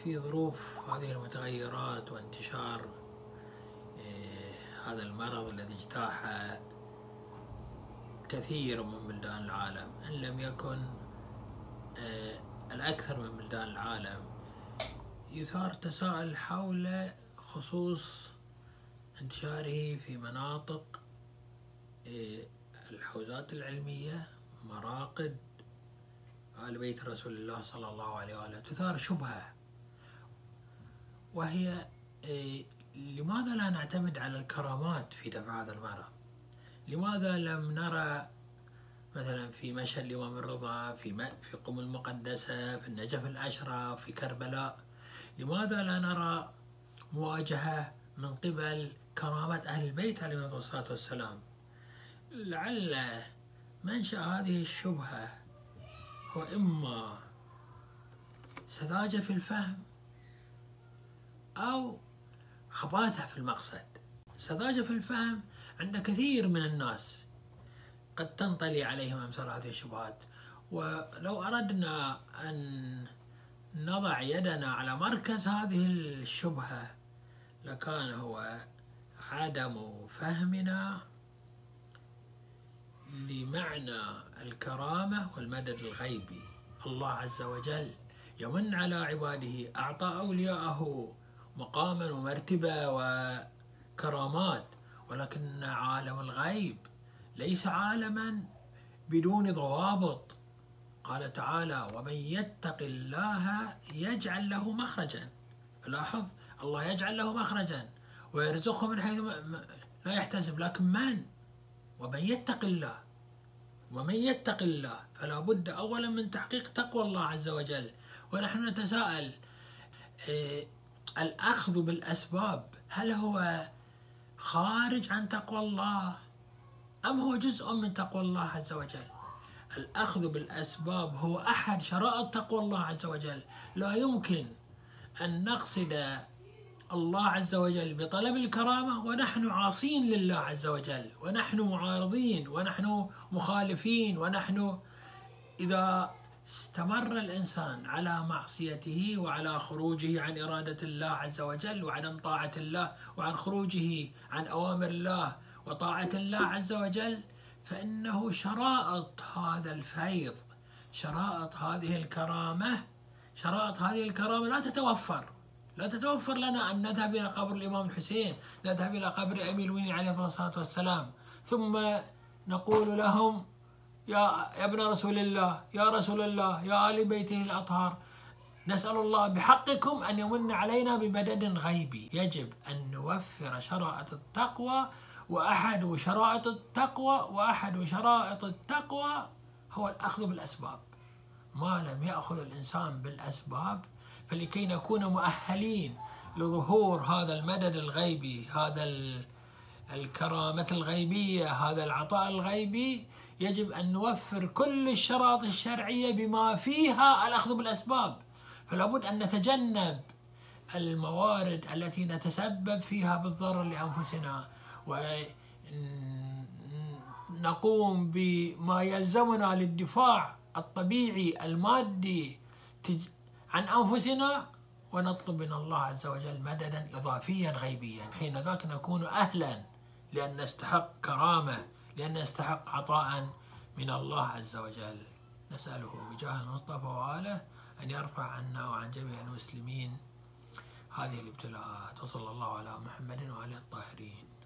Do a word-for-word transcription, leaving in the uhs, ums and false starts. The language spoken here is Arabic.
في ظروف هذه المتغيرات وانتشار هذا المرض الذي اجتاح كثير من بلدان العالم، إن لم يكن الأكثر من بلدان العالم، يثار تساؤل حول خصوص انتشاره في مناطق الحوزات العلمية، مراقد آل بيت رسول الله صلى الله عليه وآله. تثار شبهة، وهي لماذا لا نعتمد على الكرامات في دفع هذا المرض؟ لماذا لم نرى مثلا في مشهد الإمام الرضا، في في قم المقدسة، في النجف الأشرف، في كربلاء، لماذا لا نرى مواجهة من قبل كرامات أهل البيت عليهم الصلاة والسلام؟ لعل منشأ هذه الشبهة هو إما سذاجة في الفهم أو خباثة في المقصد. سذاجة في الفهم عند كثير من الناس قد تنطلي عليهم أمثال هذه الشبهات، ولو أردنا أن نضع يدنا على مركز هذه الشبهة لكان هو عدم فهمنا لمعنى الكرامة والمدد الغيبي. الله عز وجل يمن على عباده، أعطى أولياءه مقاما ومرتبة وكرامات، ولكن عالم الغيب ليس عالما بدون ضوابط. قال تعالى: ومن يتق الله يجعل له مخرجا. لاحظ، الله يجعل له مخرجا ويرزقه من حيث لا يحتسب. لكن من؟ ومن يتق الله. ومن يتق الله فلا بد أولا من تحقيق تقوى الله عز وجل. ونحن نتساءل، إيه الأخذ بالأسباب هل هو خارج عن تقوى الله أم هو جزء من تقوى الله عز وجل؟ الأخذ بالأسباب هو أحد شرائط تقوى الله عز وجل. لا يمكن أن نقصد الله عز وجل بطلب الكرامة ونحن عاصين لله عز وجل، ونحن معارضين، ونحن مخالفين، ونحن إذا استمر الإنسان على معصيته وعلى خروجه عن إرادة الله عز وجل وعدم طاعة الله، وعن خروجه عن أوامر الله وطاعة الله عز وجل، فإنه شرائط هذا الفيض، شرائط هذه الكرامة، شرائط هذه الكرامة لا تتوفر. لا تتوفر لنا أن نذهب إلى قبر الإمام الحسين، نذهب إلى قبر أبي الوين عليه الصلاة والسلام، ثم نقول لهم: يا يا ابن رسول الله، يا رسول الله، يا آل بيته الأطهار، نسأل الله بحقكم أن يمن علينا بمدد غيبي. يجب أن نوفر شرائط التقوى، وأحد شرائط التقوى وأحد شرائط التقوى هو الأخذ بالأسباب. ما لم يأخذ الإنسان بالأسباب، فلكي نكون مؤهلين لظهور هذا المدد الغيبي، هذا الكرامة الغيبية، هذا العطاء الغيبي، يجب أن نوفر كل الشرائط الشرعية بما فيها الأخذ بالأسباب. فلا بد أن نتجنب الموارد التي نتسبب فيها بالضرر لأنفسنا، ونقوم بما يلزمنا للدفاع الطبيعي المادي عن أنفسنا، ونطلب من الله عز وجل مددا إضافيا غيبيا. حين ذاك نكون أهلا لأن نستحق كرامة، لأن نستحق عطاء من الله عز وجل. نسأله بجاه المصطفى وآله أن يرفع عنا وعن جميع المسلمين هذه الابتلاءات، وصلى الله على محمد وآله الطاهرين.